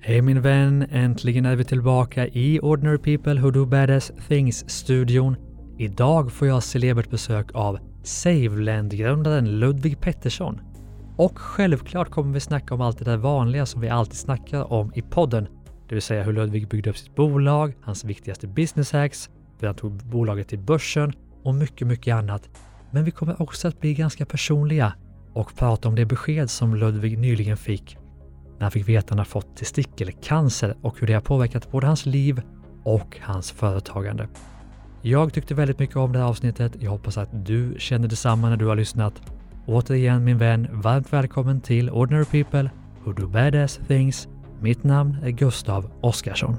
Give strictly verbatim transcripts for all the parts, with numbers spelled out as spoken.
Hej min vän, äntligen är vi tillbaka i Ordinary People Who Do Badass Things-studion. Idag får jag celebert besök av SaveLend-grundaren Ludvig Pettersson. Och självklart kommer vi snacka om allt det där vanliga som vi alltid snackar om i podden. Det vill säga hur Ludvig byggde upp sitt bolag, hans viktigaste business hacks, hur han tog bolaget till börsen och mycket, mycket annat. Men vi kommer också att bli ganska personliga och prata om det besked som Ludvig nyligen fick när han fick veta att han har fått testikelcancer och hur det har påverkat både hans liv och hans företagande. Jag tyckte väldigt mycket om det här avsnittet. Jag hoppas att du känner detsamma när du har lyssnat. Återigen min vän, varmt välkommen till Ordinary People Who Do Badass Things. Mitt namn är Gustav Oskarsson.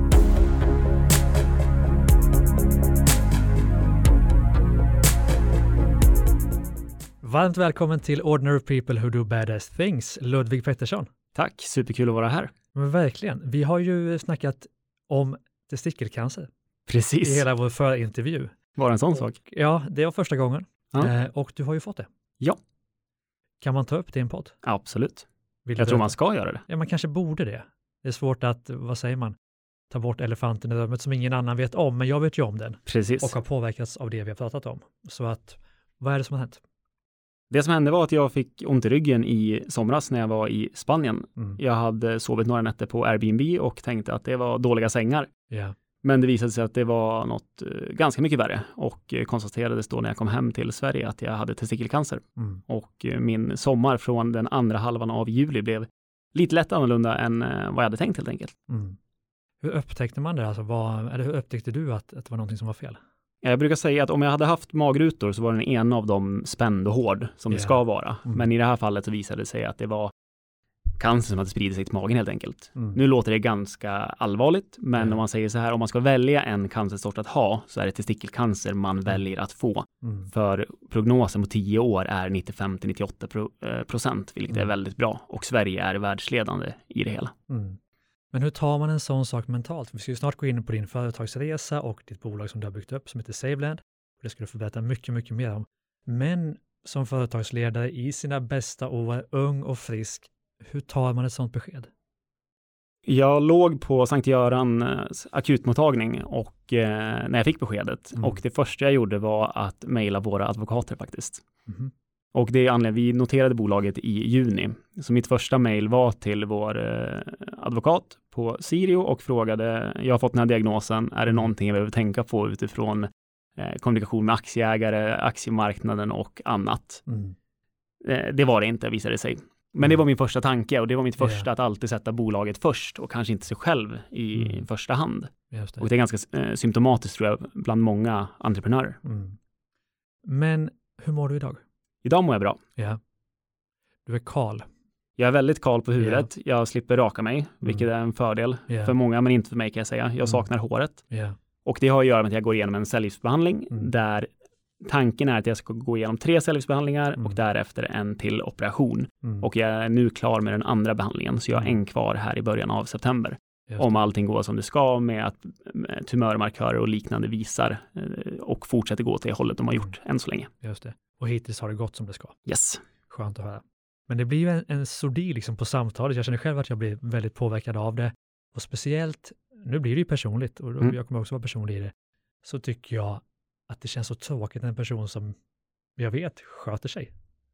Varmt välkommen till Ordinary People Who Do Badass Things, Ludvig Pettersson. Tack, superkul att vara här. Men verkligen, vi har ju snackat om testikelcancer. Precis. I hela vår förintervju. Var det en sån och, sak? Ja, det var första gången. Ja. Eh, och du har ju fått det. Ja. Kan man ta upp det i en podd? Absolut. Vill Jag du tror berätta? man ska göra det. Ja, man kanske borde det. Det är svårt att, vad säger man, ta bort elefanten i rummet som ingen annan vet om, men jag vet ju om den. Precis. Och har påverkats av det vi har pratat om. Så att, vad är det som har hänt? Det som hände var att jag fick ont i ryggen i somras när jag var i Spanien. Mm. Jag hade sovit några nätter på Airbnb och tänkte att det var dåliga sängar. Ja. Men det visade sig att det var något eh, ganska mycket värre och eh, konstaterades då när jag kom hem till Sverige att jag hade testikelcancer. Mm. Och eh, min sommar från den andra halvan av juli blev lite lätt annorlunda än eh, vad jag hade tänkt helt enkelt. Mm. Hur upptäckte man det? Alltså, vad, eller hur upptäckte du att, att det var någonting som var fel? Jag brukar säga att om jag hade haft magrutor så var den ena av dem spänd och hård som Yeah. det ska vara. Mm. Men i det här fallet så visade det sig att det var cancer som hade spridit sig till magen helt enkelt. Mm. Nu låter det ganska allvarligt, men Yeah. om man säger så här, om man ska välja en cancersort att ha så är det testikelcancer man väljer att få. Mm. För prognosen på tio år är nittiofem till nittioåtta procent, vilket Mm. är väldigt bra. Och Sverige är världsledande i det hela. Mm. Men hur tar man en sån sak mentalt? Vi ska ju snart gå in på din företagsresa och ditt bolag som du har byggt upp som heter SaveLend. Det ska du få berätta mycket, mycket mer om. Men som företagsledare i sina bästa år, ung och frisk, hur tar man ett sånt besked? Jag låg på Sankt Görans akutmottagning och eh, när jag fick beskedet Mm. och det första jag gjorde var att mejla våra advokater faktiskt. Mm. Och det är anledningen, vi noterade bolaget i juni. Så mitt första mejl var till vår eh, advokat på Sirio och frågade, jag har fått den här diagnosen, är det någonting jag behöver tänka på utifrån eh, kommunikation med aktieägare, aktiemarknaden och annat? Mm. Eh, det var det inte, visade det sig. Men det var min första tanke och det var mitt första Yeah. att alltid sätta bolaget först och kanske inte sig själv i Mm. första första hand. Just det. Och det är ganska eh, symptomatiskt tror jag bland många entreprenörer. Mm. Men hur mår du idag? Idag mår jag bra. Ja. Du är kal. Jag är väldigt kal på huvudet. Jag slipper raka mig, vilket Mm. är en fördel Yeah. för många, men inte för mig kan jag säga. Jag saknar håret. Ja. Och det har att göra med att jag går igenom en cellgiftsbehandling Mm. där tanken är att jag ska gå igenom tre cellgiftsbehandlingar Mm. och därefter en till operation. Mm. Och jag är nu klar med den andra behandlingen, så jag har Mm. en kvar här i början av september. Just Om det. allting går som det ska med att med tumörmarkörer och liknande visar eh, och fortsätter gå till det hållet de har gjort än så länge. Just det. Och hittills har det gått som det ska. Yes. Skönt att höra. Men det blir ju en, en sordi liksom på samtalet. Jag känner själv att jag blir väldigt påverkad av det. Och speciellt, nu blir det ju personligt och Mm. jag kommer också vara personlig i det, så tycker jag att det känns så tråkigt när en person som jag vet sköter sig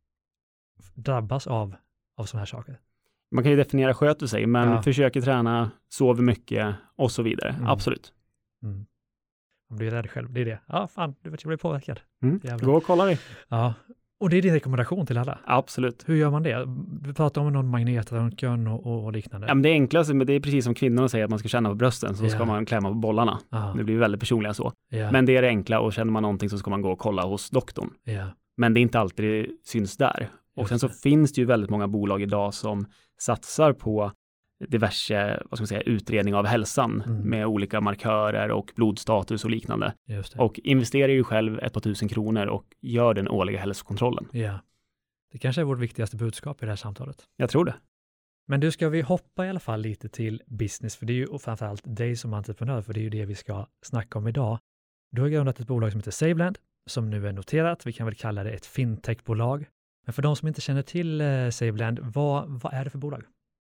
drabbas av, av sådana här saker. Man kan ju definiera sköter sig, men Ja. försöker träna, sover mycket och så vidare. Mm. Absolut. Mm. Man blir rädd själv, det är det. Ja, fan, du vet jag blir påverkad. Mm. Jävlar. Gå och kolla dig. Ja, och det är din rekommendation till alla. Absolut. Hur gör man det? Du pratar om någon magnetröntgen och, och, och liknande. Ja, men det enklaste, men det är precis som kvinnorna säger att man ska känna på brösten, så Ja. ska man klämma på bollarna. Ja, Det blir väldigt personliga så. ja, Men det är det enkla, och känner man någonting så ska man gå och kolla hos doktorn. ja. Men det är inte alltid det syns där. Och Just sen så det. finns det ju väldigt många bolag idag som satsar på diverse, vad ska man säga, utredning av hälsan Mm. med olika markörer och blodstatus och liknande. Just det. Och investerar ju själv ett par tusen kronor och gör den årliga hälsokontrollen. Ja. Det kanske är vårt viktigaste budskap i det här samtalet. Jag tror det. Men du, ska vi hoppa i alla fall lite till business, för det är ju framförallt dig som entreprenör, för det är ju det vi ska snacka om idag. Du har grundat ett bolag som heter SaveLend, som nu är noterat. Vi kan väl kalla det ett fintechbolag. Men för de som inte känner till eh, SaveLend, vad, vad är det för bolag?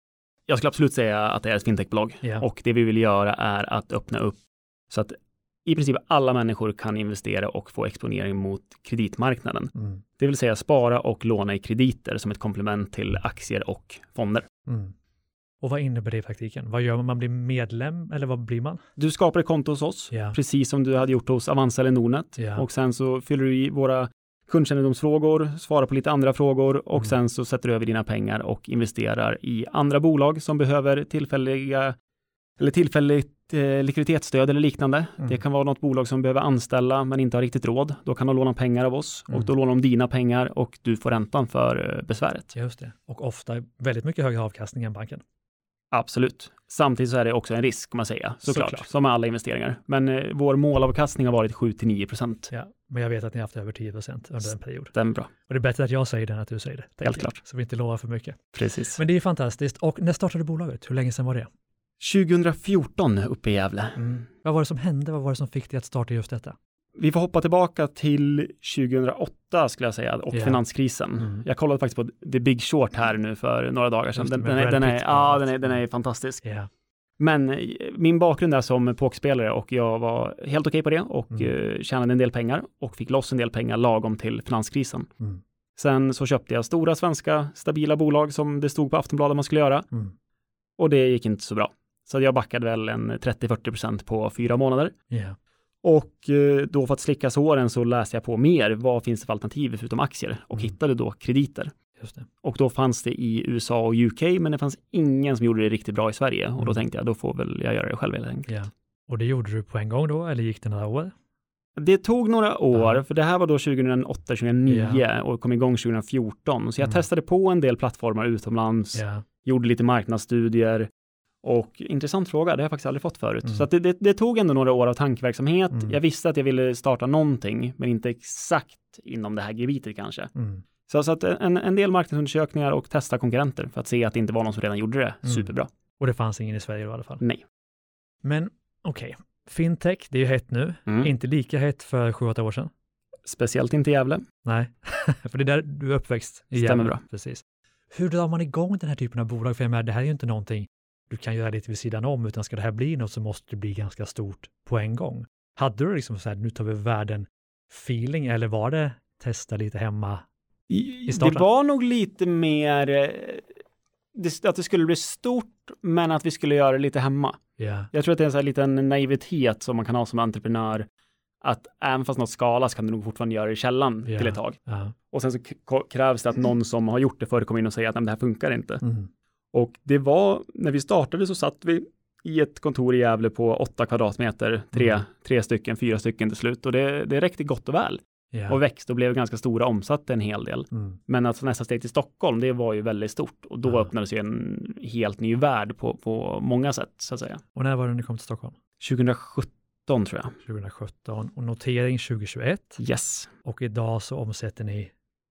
Jag skulle absolut säga att det är ett fintechbolag. Yeah. Och det vi vill göra är att öppna upp så att i princip alla människor kan investera och få exponering mot kreditmarknaden. Mm. Det vill säga spara och låna i krediter som ett komplement till aktier och fonder. Mm. Och vad innebär det i praktiken? Vad gör man? Man blir medlem eller vad blir man? Du skapar ett konto hos oss, Yeah. precis som du hade gjort hos Avanza eller Nordnet. Yeah. Och sen så fyller du i våra kundkännedomsfrågor, svarar på lite andra frågor och Mm. sen så sätter du över dina pengar och investerar i andra bolag som behöver tillfälliga eller tillfälligt eh, likviditetsstöd eller liknande. Mm. Det kan vara något bolag som behöver anställa men inte har riktigt råd. Då kan de låna pengar av oss Mm. och då lånar de dina pengar och du får räntan för eh, besväret. Just det. Och ofta väldigt mycket högre avkastning än banken. Absolut. Samtidigt så är det också en risk, kan man säga, såklart, Såklart. som med alla investeringar. Men eh, vår målavkastning har varit sju till nio procent. Ja, men jag vet att ni har haft över tio procent under en period. Den är bra. Och det är bättre att jag säger det än att du säger det. tänker Helt jag. klart. Så vi inte lovar för mycket. Precis. Men det är fantastiskt. Och när startade bolaget? Hur länge sedan var det? tjugohundrafjorton uppe i Gävle. Mm. Vad var det som hände? Vad var det som fick dig att starta just detta? Vi får hoppa tillbaka till tjugohundraåtta skulle jag säga och Ja. finanskrisen. Mm. Jag kollade faktiskt på The Big Short här nu för några dagar sedan. Just det, Den, med den, är, Brad den, är, Pitt ja, bland den, är, annat. den är fantastisk. Ja. Men eh, min bakgrund är som pokerspelare och jag var helt okej på det och Mm. eh, tjänade en del pengar och fick loss en del pengar lagom till finanskrisen. Mm. Sen så köpte jag stora svenska stabila bolag som det stod på Aftonbladet man skulle göra Mm. och det gick inte så bra. Så jag backade väl en trettio till fyrtio procent på fyra månader. Ja. Och eh, då för att slicka såren så läste jag på mer. Vad finns det för alternativ förutom aktier? Och Mm. hittade då krediter. Just det. Och då fanns det i U S A och U K, men det fanns ingen som gjorde det riktigt bra i Sverige. Och då Mm. tänkte jag, då får väl jag göra det själv helt enkelt. Ja. Och det gjorde du på en gång då, eller gick det några år? Det tog några år, Ja. för det här var då tjugohundraåtta tjugohundranio Ja. och kom igång tjugohundrafjorton. Så jag Mm. testade på en del plattformar utomlands, Ja. gjorde lite marknadsstudier. Och intressant fråga, det har jag faktiskt aldrig fått förut. Mm. Så att det, det, det tog ändå några år av tankeverksamhet. Mm. Jag visste att jag ville starta någonting, men inte exakt inom det här gebitet kanske. Mm. Så, så att en, en del marknadsundersökningar och testa konkurrenter för att se att det inte var någon som redan gjorde det Mm. superbra. Och det fanns ingen i Sverige då, i alla fall. Nej. Men okej, fintech, det är ju hett nu. Mm. Inte lika hett för sju åtta år sedan. Speciellt inte i Gävle. Nej, för det är där du är uppväxt. I Stämmer Gävle. bra. Precis. Hur drar man igång den här typen av bolag? För jag menar, det här är ju inte någonting du kan göra lite vid sidan om, utan ska det här bli något så måste det bli ganska stort på en gång. Hade du liksom så här, nu tar vi världen feeling, eller var det testa lite hemma? I, I starten? det var nog lite mer eh, det, att det skulle bli stort, men att vi skulle göra det lite hemma. Ja, Jag tror att det är en sån här liten naivitet som man kan ha som entreprenör, att även fast något skalas kan du nog fortfarande göra det i källan Ja. till ett tag. ja. Och sen så k- krävs det att någon som har gjort det förr kommer in och säger att nej, men det här funkar inte. Mm. Och det var, när vi startade så satt vi i ett kontor i Gävle på åtta kvadratmeter, tre, Mm. tre stycken, fyra stycken till slut. Och det, det räckte gott och väl. Ja. Och växte och blev ganska stora, omsatte en hel del. Mm. Men att nästa steg till Stockholm, det var ju väldigt stort. Och då Ja. öppnades ju en helt ny värld på, på många sätt, så att säga. Och när var det ni kom till Stockholm? tjugosjutton tror jag. tjugosjutton och notering tjugohundratjugoett. Yes. Och idag så omsätter ni,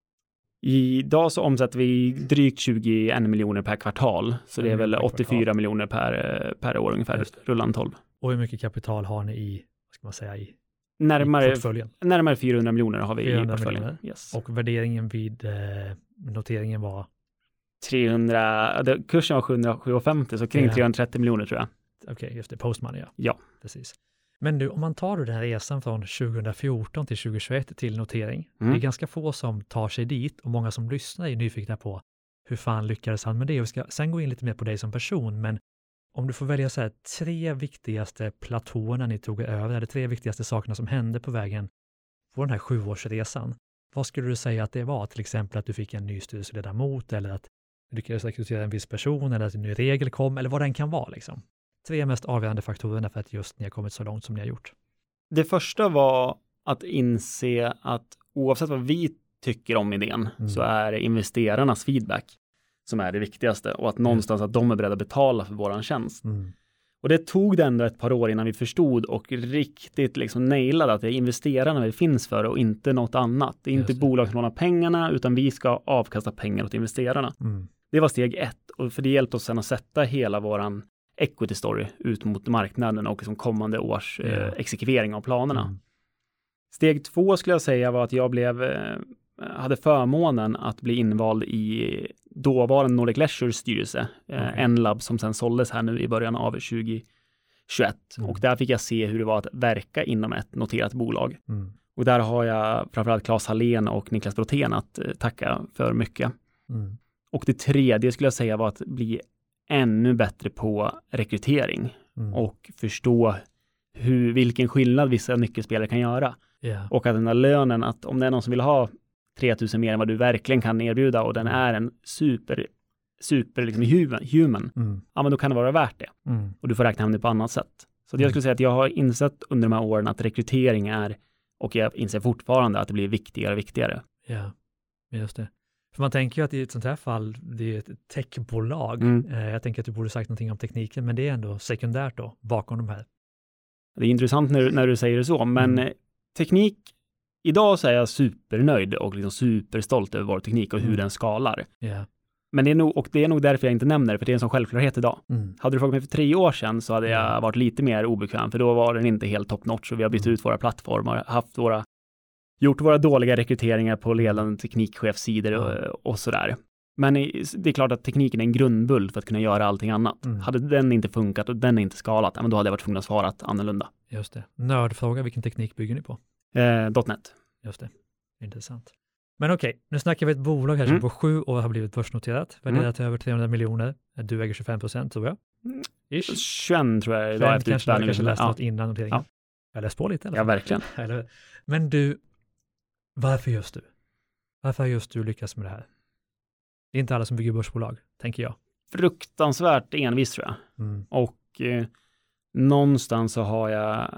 Idag så omsätter vi drygt tjugoen miljoner per kvartal. Så det är En väl miljon per åttiofyra kvartal. miljoner miljoner per, per år ungefär, Just det. rullande tolv. och hur mycket kapital har ni i, vad ska man säga, i, i Närmare, portföljen? närmare fyrahundra miljoner har vi i fyrahundra portföljen. miljoner. Yes. Och värderingen vid eh, noteringen var, trehundra, det, kursen var sjuhundrafemtio, så kring Ja. trehundratrettio miljoner tror jag. okej, just det, postmoney, ja. Ja. Precis. Men du, om man tar då den här resan från tjugofjorton till tjugohundratjugoett till notering, Mm. det är ganska få som tar sig dit och många som lyssnar är nyfikna på hur fan lyckades han med det? Och vi ska sen gå in lite mer på dig som person, men om du får välja så här, tre viktigaste platåerna ni tog er över, eller tre viktigaste sakerna som hände på vägen på den här sjuårsresan, vad skulle du säga att det var? Till exempel att du fick en ny styrelseledamot, eller att du lyckades rekrytera en viss person, eller att en ny regel kom, eller vad den kan vara liksom. Tre mest avgörande faktorerna för att just ni har kommit så långt som ni har gjort. Det första var att inse att oavsett vad vi tycker om idén Mm. så är det investerarnas feedback som är det viktigaste, och att någonstans att de är beredda att betala för våran tjänst. Mm. Och det tog det ändå ett par år innan vi förstod och riktigt liksom nailade att det är investerarna vi finns för och inte något annat. Det är inte Just det. bolag som lånar pengarna, utan vi ska avkasta pengar åt investerarna. Mm. Det var steg ett, och för det hjälpte oss sen att sätta hela våran equity story ut mot marknaden och liksom kommande års Ja. eh, exekvering av planerna. Mm. Steg två skulle jag säga var att jag blev, eh, hade förmånen att bli invald i dåvarande Nordic Leisures styrelse, Okay. eh, en labb som sen såldes här nu i början av tjugohundratjugoett. Mm. Och där fick jag se hur det var att verka inom ett noterat bolag. Mm. Och där har jag framförallt Claes Hallén och Niklas Brotén att eh, tacka för mycket. Mm. Och det tredje skulle jag säga var att bli ännu bättre på rekrytering Mm. och förstå hur, vilken skillnad vissa nyckelspelare kan göra. Yeah. Och att den här lönen, att om det är någon som vill ha tre tusen mer än vad du verkligen kan erbjuda och den är en super, super liksom human, human Mm. ja men då kan det vara värt det. Mm. Och du får räkna hem det på annat sätt. Så jag skulle säga att jag har insett under de här åren att rekrytering är, och jag inser fortfarande att det blir viktigare och viktigare. Ja, just det. För man tänker ju att i ett sånt här fall, det är ett techbolag. Mm. Eh, jag tänker att du borde sagt någonting om tekniken, men det är ändå sekundärt då, bakom de här. Det är intressant när, när du säger det så, men Mm. teknik, idag så är jag supernöjd och liksom superstolt över vår teknik och hur Mm. den skalar. Yeah. Men det är nog, och det är nog därför jag inte nämner det, för det är en sån självklarhet idag. Mm. Hade du frågat mig för tre år sedan så hade jag Mm. varit lite mer obekväm, för då var den inte helt top notch och vi har bytt Mm. ut våra plattformar, haft våra, gjort våra dåliga rekryteringar på ledande teknikchefssidor och, Mm. och sådär. Men det är klart att tekniken är en grundbult för att kunna göra allting annat. Mm. Hade den inte funkat och den inte skalat, ja, men då hade jag varit tvungen att svara annorlunda. Just det. Nördfråga, vilken teknik bygger ni på? Eh, .net. Just det. Intressant. Men okej, nu snackar vi ett bolag här som Mm. på sju år har blivit börsnoterat, värderat till över trehundra miljoner. Du äger tjugofem procent tror jag. Ish. tjugoett tror jag idag Men efter kanske, utspärrningen. kanske läst Ja. något innan noteringen. Ja. Jag läst på lite. Eller? Ja, verkligen. Eller, men du, varför just du? Varför har just du lyckats med det här? Det är inte alla som bygger börsbolag, tänker jag. Fruktansvärt envis tror jag. Mm. Och eh, någonstans så har jag,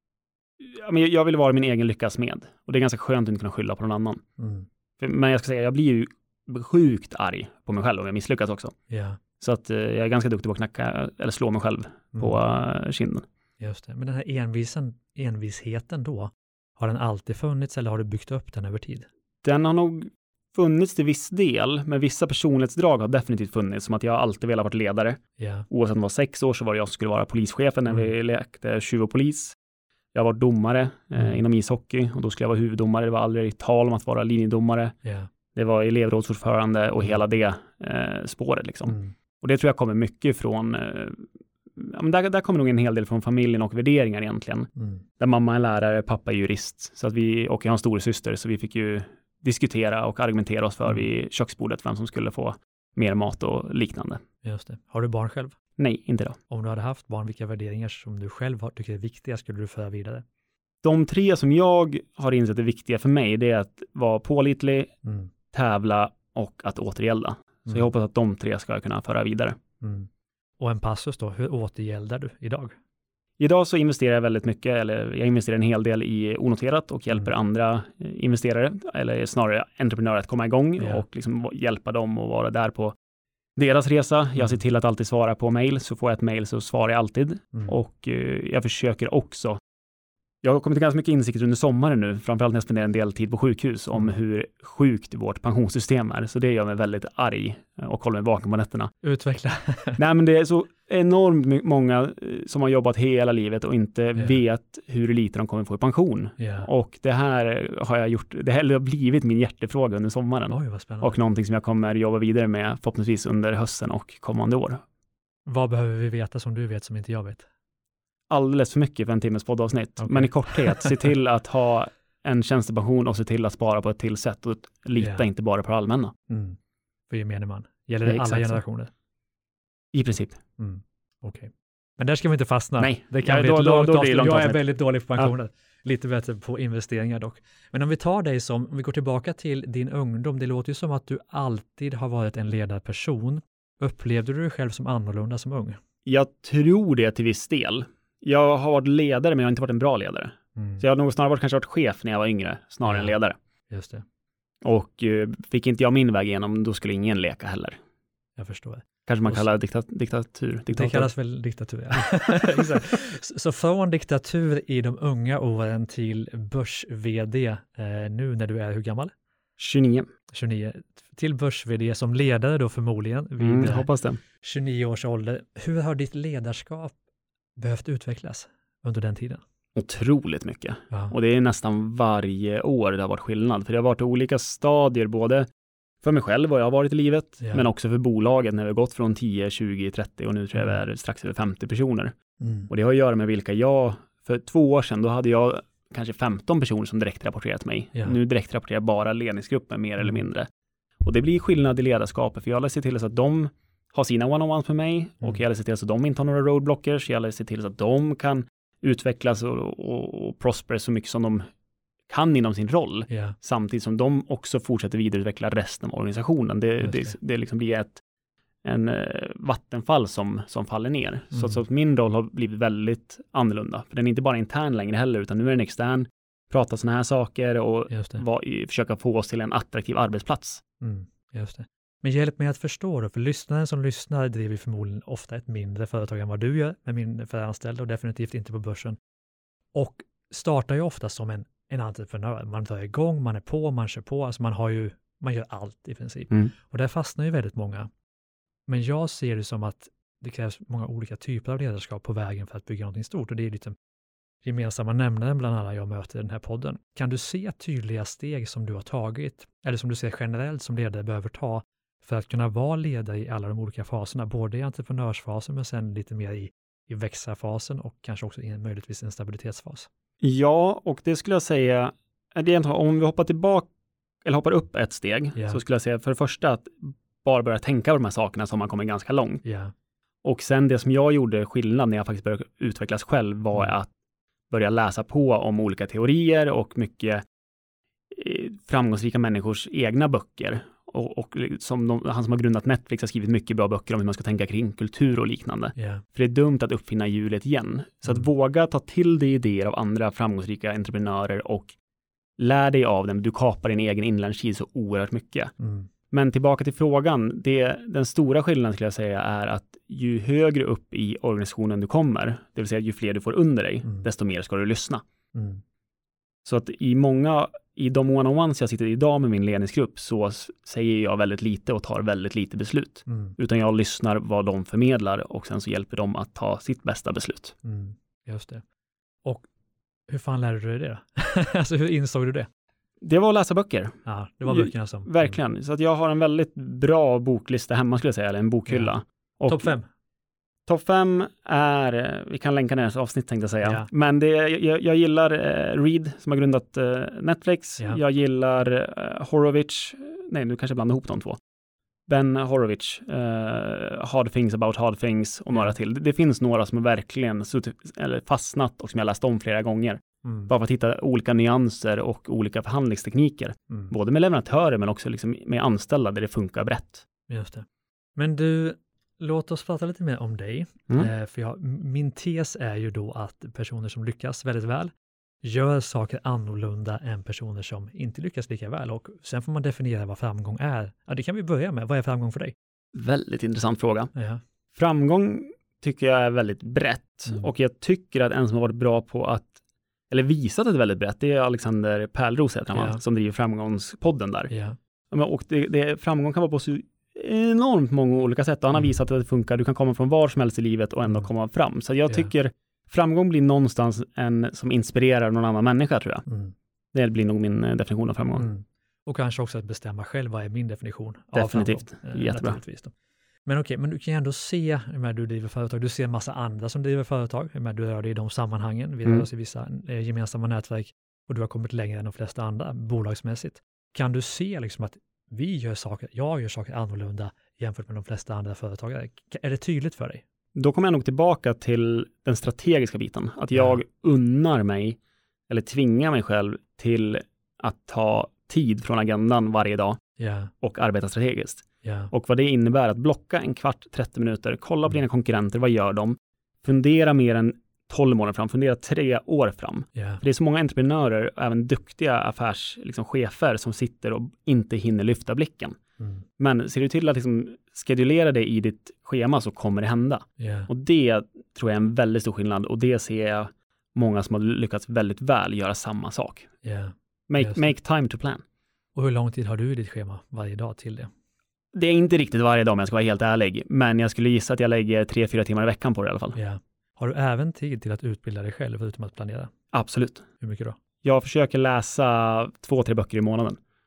ja, men jag vill vara min egen lyckas med. Och det är ganska skönt att inte kunna skylla på någon annan. Mm. För, men jag ska säga, jag blir ju sjukt arg på mig själv om jag misslyckas också. Ja. Så att eh, jag är ganska duktig på att knacka, eller slå mig själv Mm. på eh, kinden. Just det. Men den här envisen, envisheten då, har den alltid funnits eller har du byggt upp den över tid? Den har nog funnits till viss del, men vissa personlighetsdrag har definitivt funnits, som att jag alltid velat vara ledare. Ja. Oavsett om det var sex år så var det jag som skulle vara polischefen när Mm. vi lekte tjuv och polis. Jag var domare eh, Mm. inom ishockey och då skulle jag vara huvuddomare. Det var aldrig tal om att vara linjedomare. Ja. Det var elevrådsordförande och hela det eh, spåret liksom. Mm. Och det tror jag kommer mycket från, eh, ja, men där, där kommer nog en hel del från familjen och värderingar egentligen. Mm. Där mamma är lärare, pappa är jurist. Så att vi, och jag har en stor syster så vi fick ju diskutera och argumentera oss för Mm. vid köksbordet vem som skulle få mer mat och liknande. Just det. Har du barn själv? Nej, inte då. Om du hade haft barn, vilka värderingar som du själv har, tycker är viktiga skulle du föra vidare? De tre som jag har insett är viktiga för mig, det är att vara pålitlig, Mm. tävla och att återgälda. Så Mm. jag hoppas att de tre ska kunna föra vidare. Mm. Och en passus då, hur återgäldar du idag? Idag så investerar jag väldigt mycket, eller jag investerar en hel del i onoterat och hjälper Mm. andra eh, investerare, eller snarare entreprenörer att komma igång Ja. och liksom hjälpa dem och vara där på deras resa. Jag ser till att alltid svara på mejl, så får jag ett mejl så svarar jag alltid. Mm. Och eh, jag försöker också, jag har kommit till ganska mycket insikter under sommaren nu, framförallt när jag spenderar en del tid på sjukhus, om Mm. hur sjukt vårt pensionssystem är. Så det gör mig väldigt arg och håller mig vaken på nätterna. Utveckla. Nej, men det är så enormt my- många eh, som har jobbat hela livet och inte Ja. vet hur lite de kommer få i pension. Ja. Och det här har jag gjort, det här har blivit min hjärtefråga under sommaren. Oj, vad spännande. Och någonting som jag kommer jobba vidare med förhoppningsvis under hösten och kommande år. Vad behöver vi veta som du vet som inte jag vet? Alldeles för mycket för en timmes poddavsnitt. Okej. Men i korthet, se till att ha en tjänstepension och se till att spara på ett till sätt och lita Ja. inte bara på det allmänna. Mm. För gemene man. Gäller Ja, det alla exakt så. generationer? I princip. Mm. Okej. Men där ska vi inte fastna. Nej. Det kan Ja, bli då- ett då- långt då blir det avsnitt. långt Jag är avsnitt. väldigt dålig på pensioner. Lite bättre på investeringar dock. Men om vi tar dig som, om vi går tillbaka till din ungdom, det låter ju som att du alltid har varit en ledarperson. Upplevde du dig själv som annorlunda som ung? Jag tror det till viss del. Jag har varit ledare, men jag har inte varit en bra ledare. Mm. Så jag har nog snarare varit, kanske varit chef när jag var yngre, snarare Ja. än ledare. Just det, Och eh, fick inte jag min väg igenom, då skulle ingen leka heller. jag förstår. Kanske man Och kallar dikta, diktatur. Det diktator. kallas väl diktatur, ja. Exakt. Så så från diktatur i de unga åren till börs-vd eh, nu när du är hur gammal? tjugonio. tjugonio. Till börs-vd som ledare då förmodligen vid Mm, eh, jag hoppas det. tjugonio års ålder. Hur har ditt ledarskap behövt utvecklas under den tiden? Otroligt mycket. Ja. Och det är nästan varje år det har varit skillnad. För det har varit olika stadier, både för mig själv vad jag har varit i livet, Ja. men också för bolaget när vi har gått från tio, tjugo, trettio och nu tror jag vi är strax över femtio personer. Mm. Och det har att göra med vilka jag, för två år sedan, då hade jag kanske femton personer som direkt rapporterat mig. Ja. Nu direkt rapporterar bara ledningsgruppen mer Mm. eller mindre. Och det blir skillnad i ledarskapet, för jag läser till så att de har sina one-on-ones med mig Mm. och jag läser till så att de inte har några roadblockers. Jag läser till så att de kan utvecklas och, och, och prosper så mycket som de kan inom sin roll. Ja. Samtidigt som de också fortsätter vidareutveckla resten av organisationen. Det, Just det. det. det liksom blir ett en eh, vattenfall som, som faller ner. Mm. Så, så att min roll har blivit väldigt annorlunda. För den är inte bara intern längre heller, utan nu är den extern. Prata sådana här saker och Just det. var, i, försöka få oss till en attraktiv arbetsplats. Mm. Just det. Men hjälp mig att förstå då, för lyssnaren som lyssnar driver förmodligen ofta ett mindre företag än vad du gör med min för anställda och definitivt inte på börsen. Och startar ju ofta som en, en entreprenör. Man tar igång, man är på, man kör på, alltså man har ju, man gör allt i princip. Mm. Och där fastnar ju väldigt många. Men jag ser det som att det krävs många olika typer av ledarskap på vägen för att bygga någonting stort och det är lite gemensamma nämnaren bland alla jag möter i den här podden. Kan du se tydliga steg som du har tagit eller som du ser generellt som ledare behöver ta för att kunna vara ledare i alla de olika faserna, både i entreprenörsfasen men sen lite mer i, i växarfasen och kanske också i möjligtvis en stabilitetsfas? Ja, och det skulle jag säga, det är, om vi hoppar tillbaka eller hoppar upp ett steg, Ja. så skulle jag säga för det första att bara börja tänka på de här sakerna som man kommer ganska långt. Ja. Och sen det som jag gjorde skillnad när jag faktiskt började utvecklas själv var Mm. att börja läsa på om olika teorier och mycket eh, framgångsrika människors egna böcker. Och, och som de, han som har grundat Netflix har skrivit mycket bra böcker om hur man ska tänka kring kultur och liknande. Ja. För det är dumt att uppfinna hjulet igen. Så Mm. att våga ta till dig idéer av andra framgångsrika entreprenörer och lär dig av dem. Du kapar din egen inlärningstid så oerhört mycket. Mm. Men tillbaka till frågan, det, den stora skillnaden skulle jag säga är att ju högre upp i organisationen du kommer, det vill säga ju fler du får under dig, Mm. desto mer ska du lyssna. Mm. Så att i många, i de one-on-ones jag sitter i idag med min ledningsgrupp så s- säger jag väldigt lite och tar väldigt lite beslut. Mm. Utan jag lyssnar vad de förmedlar och sen så hjälper de att ta sitt bästa beslut. Mm. Just det. Och hur fan lärde du dig det då? Alltså hur insåg du det? Det var att läsa böcker. Ja, det var Ju- böckerna som... Verkligen. Så att jag har en väldigt bra boklista hemma skulle jag säga, eller en bokhylla. Och Topp fem. Topp fem är, vi kan länka ner ett avsnitt tänkte jag säga. Ja. Men det, jag, jag gillar eh, Reed som har grundat eh, Netflix. Ja. Jag gillar eh, Horowitz. Nej, nu kanske jag blandar ihop de två. Ben Horowitz, eh, Hard Things About Hard Things och några Ja. till. Det, det finns några som är verkligen suttit, eller fastnat och som jag läst om flera gånger. Mm. Bara för att hitta olika nyanser och olika förhandlingstekniker. Mm. Både med leverantörer men också liksom med anställda där det funkar brett. Just det. Men du, låt oss prata lite mer om dig. Mm. Eh, för jag, min tes är ju då att personer som lyckas väldigt väl gör saker annorlunda än personer som inte lyckas lika väl. Och sen får man definiera vad framgång är. Ja, det kan vi börja med. Vad är framgång för dig? Väldigt intressant fråga. Ja. Framgång tycker jag är väldigt brett Mm. och jag tycker att en som har varit bra på att, eller visat det väldigt brett, det är Alexander Pärlros heter han, Ja. va? Som driver Framgångspodden där. Ja. Ja, men, och det, det, framgång kan vara på så enormt många olika sätt och han har Mm. visat att det funkar. Du kan komma från var som helst i livet och ändå Mm. komma fram. Så jag Ja. tycker framgång blir någonstans en som inspirerar någon annan människa tror jag. Mm. Det blir nog min eh, definition av framgång. Mm. Och kanske också att bestämma själv vad är min definition av Definitivt. framgång. Eh, Jättebra. naturligtvis då. Men okej, men du kan ju ändå se när du driver företag, du ser en massa andra som driver företag, när du rör dig i de sammanhangen, vi Mm. rör oss i vissa eh, gemensamma nätverk och du har kommit längre än de flesta andra bolagsmässigt. Kan du se liksom att vi gör saker, jag gör saker annorlunda jämfört med de flesta andra företagare? Ka- Är det tydligt för dig? Då kommer jag nog tillbaka till den strategiska biten. Att jag Ja. unnar mig eller tvingar mig själv till att ta tid från agendan varje dag Ja, och arbeta strategiskt. ja, Och vad det innebär att blocka en kvart, trettio minuter, kolla på Mm. dina konkurrenter, vad gör de? Fundera mer än tolv månader fram, fundera tre år fram. ja, För det är så många entreprenörer, även duktiga affärschefer liksom chefer som sitter och inte hinner lyfta blicken. mm, Men ser du till att liksom skedulera det i ditt schema så kommer det hända. ja, Och det tror jag är en väldigt stor skillnad och det ser jag många som har lyckats väldigt väl göra samma sak. ja. Make, Just det. make time to plan. Och hur lång tid har du i ditt schema varje dag till det? Det är inte riktigt varje dag om jag ska vara helt ärlig, men jag skulle gissa att jag lägger tre, fyra timmar i veckan på det i alla fall. Ja. Har du även tid till att utbilda dig själv förutom att planera? Absolut. Hur mycket då? Jag försöker läsa två, tre böcker i månaden.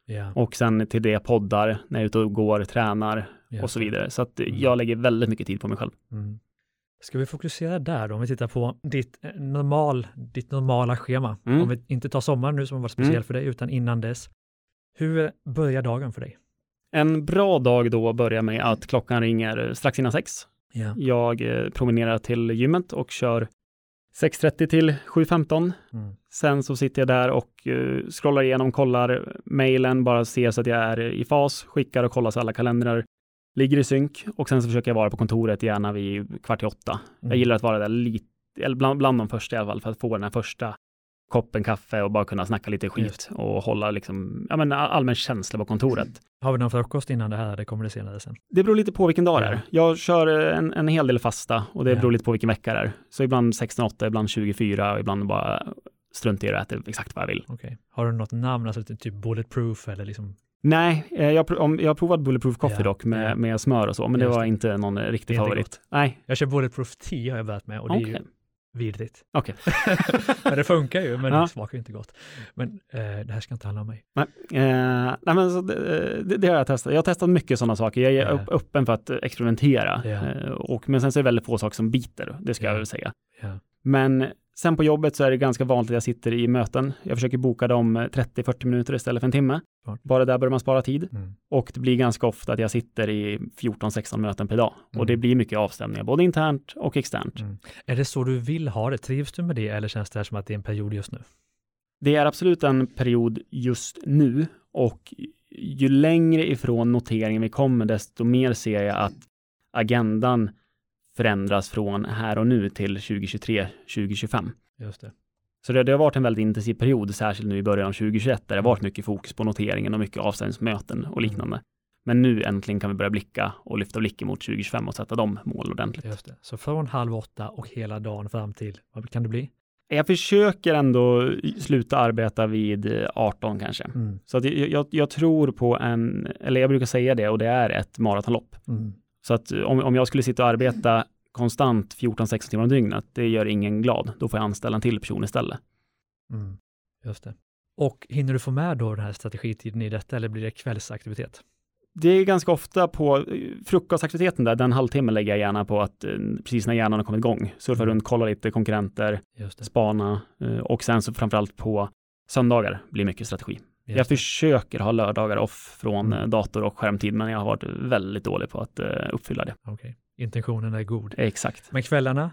Yeah. Och sen till det poddar när jag är ute och går, tränar Yeah. och så vidare. Så att Mm. jag lägger väldigt mycket tid på mig själv. Mm. Ska vi fokusera där då? Om vi tittar på ditt, eh, normal, ditt normala schema. Mm. Om vi inte tar sommaren nu som var speciell Mm. för dig, utan innan dess. Hur börjar dagen för dig? En bra dag då börjar med att klockan ringer strax innan sex. Ja. Jag eh, promenerar till gymmet och kör sex trettio till sju femton. Mm. Sen så sitter jag där och uh, scrollar igenom, kollar mejlen, bara ser så att jag är i fas, skickar och kollar så alla kalendrar ligger i synk. Och sen så försöker jag vara på kontoret gärna vid kvart i åtta. Mm. Jag gillar att vara där lite, eller bland, bland de första i alla fall, för att få den här första koppen kaffe och bara kunna snacka lite skit Just. och hålla liksom, ja men allmän känsla på kontoret. Har vi någon frukost innan det här? Det kommer det senare sen. Det beror lite på vilken dag det Ja. är. Jag kör en, en hel del fasta och det Ja. beror lite på vilken vecka det är. Så ibland sexton åtta, ibland tjugofyra och ibland bara strunt i det och äter exakt vad jag vill. Okej. Har du något namn, alltså typ bulletproof eller liksom? Nej, eh, jag, pr- om, jag har provat Bulletproof Coffee Ja, dock med, ja. med smör och så, men Just det var det. inte någon riktig Det är inte favorit. Nej, Jag kör bulletproof te har jag börjat med och det är okej. ju vidrigt. Okej. Men det funkar ju, men Ja. det smakar ju inte gott. Men eh, det här ska inte handla om mig. Nej, eh, nej men så det, det, det har jag testat. Jag har testat mycket sådana saker. Jag är Ja. upp, öppen för att experimentera. Ja. Eh, och, men sen så är det väldigt få saker som biter, det ska Ja. jag väl säga. Ja. Men sen på jobbet så är det ganska vanligt att jag sitter i möten. Jag försöker boka dem trettio till fyrtio minuter istället för en timme. Smart. Bara där börjar man spara tid. Mm. Och det blir ganska ofta att jag sitter i fjorton sexton möten per dag. Mm. Och det blir mycket avstämningar, både internt och externt. Mm. Är det så du vill ha det? Trivs du med det eller känns det här som att det är en period just nu? Det är absolut en period just nu. Och ju längre ifrån noteringen vi kommer, desto mer ser jag att agendan förändras från här och nu till tjugohundratjugotre tjugohundratjugofem. Just det. Så det, det har varit en väldigt intensiv period, särskilt nu i början av tjugohundratjugoett, där det har varit mycket fokus på noteringen och mycket avstämningsmöten och liknande. Men nu äntligen kan vi börja blicka och lyfta blicken mot tjugohundratjugofem och sätta de mål ordentligt. Just det. Så från halv åtta och hela dagen fram till, vad kan det bli? Jag försöker ändå sluta arbeta vid arton kanske. Mm. Så att jag, jag, jag tror på en, eller jag brukar säga det, och det är ett maratonlopp. Mm. Så att om, om jag skulle sitta och arbeta konstant fjorton sexton timmar om dygnet, det gör ingen glad. Då får jag anställa en till person istället. Mm. Just det. Och hinner du få med då den här strategitiden i detta eller blir det kvällsaktivitet? Det är ganska ofta på frukostaktiviteten där, den halvtimmen lägger jag gärna på att precis när hjärnan har kommit igång, surfa Mm. runt, kolla lite konkurrenter, Just det. spana och sen så framförallt på söndagar blir mycket strategi. Just Jag det. försöker ha lördagar off från Mm. dator och skärmtid, men jag har varit väldigt dålig på att uppfylla det. Okej. Intentionen är god. Exakt. Men kvällarna?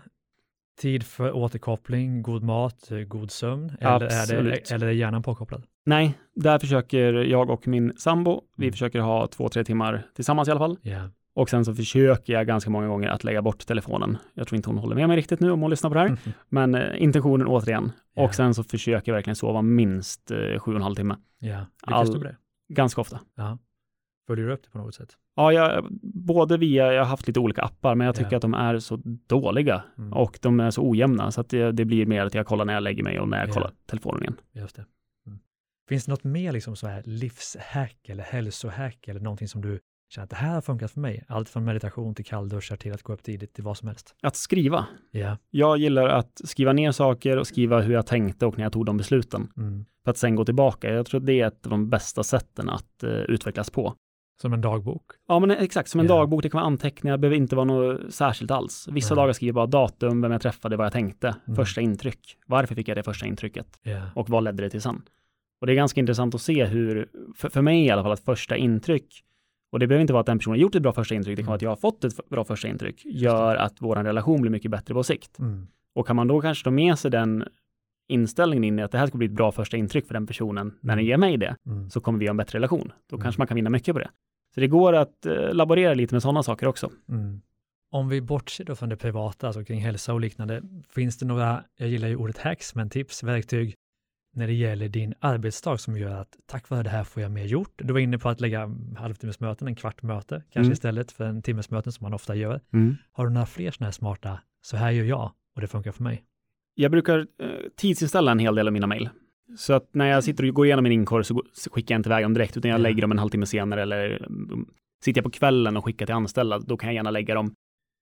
Tid för återkoppling, god mat, god sömn? Eller är, det, Absolut. eller är hjärnan påkopplad? Nej, där försöker jag och min sambo, vi Mm. försöker ha två, tre timmar tillsammans i alla fall. Ja. Och sen så försöker jag ganska många gånger att lägga bort telefonen. Jag tror inte hon håller med mig riktigt nu om hon lyssnar på det här. Mm. Men eh, intentionen återigen. Ja. Och sen så försöker jag verkligen sova minst eh, sju och en halv timme. Ja. Lyckas All- du med det? Ganska ofta. Ja. Följer du upp det på något sätt? Ja, jag, både via, jag har haft lite olika appar, men jag tycker Ja. att de är så dåliga. Mm. Och de är så ojämna, så att det, det blir mer att jag kollar när jag lägger mig och när jag Ja. kollar telefonen igen. Just det. Mm. Finns det något mer liksom så här livshack eller hälsohack eller någonting som du känner att det här har funkat för mig? Allt från meditation till kallduschar till att gå upp tidigt till vad som helst. Att skriva. Ja. Jag gillar att skriva ner saker och skriva hur jag tänkte och när jag tog de besluten. Mm. För att sen gå tillbaka. Jag tror det är ett av de bästa sätten att uh, utvecklas på. Som en dagbok. Ja, men exakt. Som en Ja. dagbok. Det kan vara anteckningar. Det behöver inte vara något särskilt alls. Vissa Nej. dagar skriver jag bara datum, vem jag träffade, vad jag tänkte. Mm. Första intryck. Varför fick jag det första intrycket? Ja. Och vad ledde det till sen? Och det är ganska intressant att se hur, för, för mig i alla fall, att första intryck, och det behöver inte vara att den personen har gjort ett bra första intryck, det kan vara att jag har fått ett bra första intryck, gör att vår relation blir mycket bättre på sikt. Mm. Och kan man då kanske ta med sig den inställningen in i att det här ska bli ett bra första intryck för den personen när den ger mig det, Mm. så kommer vi ha en bättre relation. Då Mm. kanske man kan vinna mycket på det. Så det går att eh, laborera lite med sådana saker också. Mm. Om vi bortser då från det privata, alltså kring hälsa och liknande, finns det några, jag gillar ju ordet hacks, men tips, verktyg när det gäller din arbetsdag som gör att tack vare det här får jag mer gjort? Du var inne på att lägga halvtimmesmöten, en kvart möte, kanske Mm. istället för en timmesmöten som man ofta gör. Mm. Har du några fler sådana här smarta, så här gör jag och det funkar för mig? Jag brukar eh, tidsinställa en hel del av mina mejl. Så att när jag sitter och går igenom min inkorg så, så skickar jag inte iväg dem direkt, utan jag Ja. lägger dem en halvtimme senare, eller um, sitter jag på kvällen och skickar till anställda, då kan jag gärna lägga dem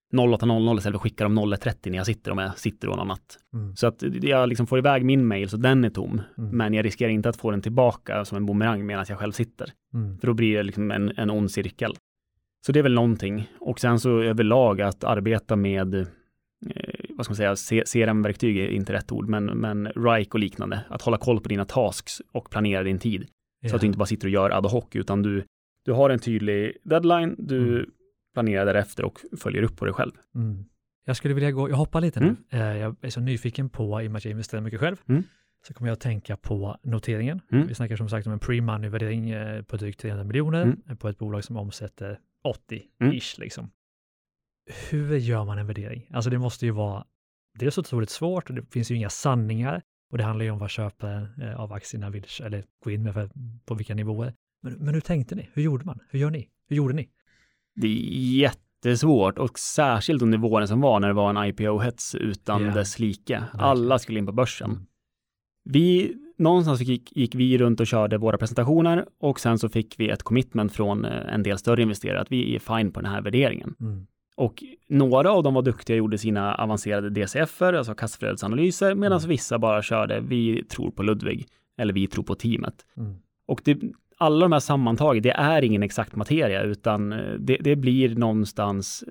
noll åtta noll noll istället för att skicka dem noll ett trettio när jag sitter och jag sitter och något annat. Mm. Så att jag liksom får iväg min mail så den är tom. Mm. Men jag riskerar inte att få den tillbaka som en boomerang medan jag själv sitter. Mm. För då blir det liksom en, en ond cirkel. Så det är väl någonting. Och sen så överlag att arbeta med eh, vad ska man säga, C- C R M-verktyg är inte rätt ord, men, men R I K och liknande. Att hålla koll på dina tasks och planera din tid. Yeah. Så att du inte bara sitter och gör ad hoc, utan du, du har en tydlig deadline, du Mm. planerar därefter och följer upp på dig själv. Mm. Jag skulle vilja gå, jag hoppar lite nu. Mm. Eh, Jag är så nyfiken på, i och med att jag investerar mycket själv, Mm. så kommer jag att tänka på noteringen. Mm. Vi snackar som sagt om en pre-money-värdering eh, på drygt trehundra miljoner Mm. eh, på ett bolag som omsätter Mm. åttio-ish liksom. Hur gör man en värdering? Alltså det måste ju vara, det är så otroligt svårt och det finns ju inga sanningar och det handlar ju om vad köparen eh, av aktierna vill eller gå in med för, på vilka nivåer. Men, men hur tänkte ni? Hur gjorde man? Hur gör ni? Hur gjorde ni? Det är jättesvårt och särskilt under våren som var när det var en I P O-hets utan Yeah. dess like. Verkligen. Alla skulle in på börsen. Mm. Vi, någonstans gick, gick vi runt och körde våra presentationer och sen så fick vi ett commitment från eh, en del större investerare att vi är fine på den här värderingen. Mm. Och några av dem var duktiga och gjorde sina avancerade D C F-er, alltså kassaflödesanalyser, medan Mm. vissa bara körde vi tror på Ludvig eller vi tror på teamet. Mm. Och det, alla de här sammantaget, det är ingen exakt materia utan det, det blir någonstans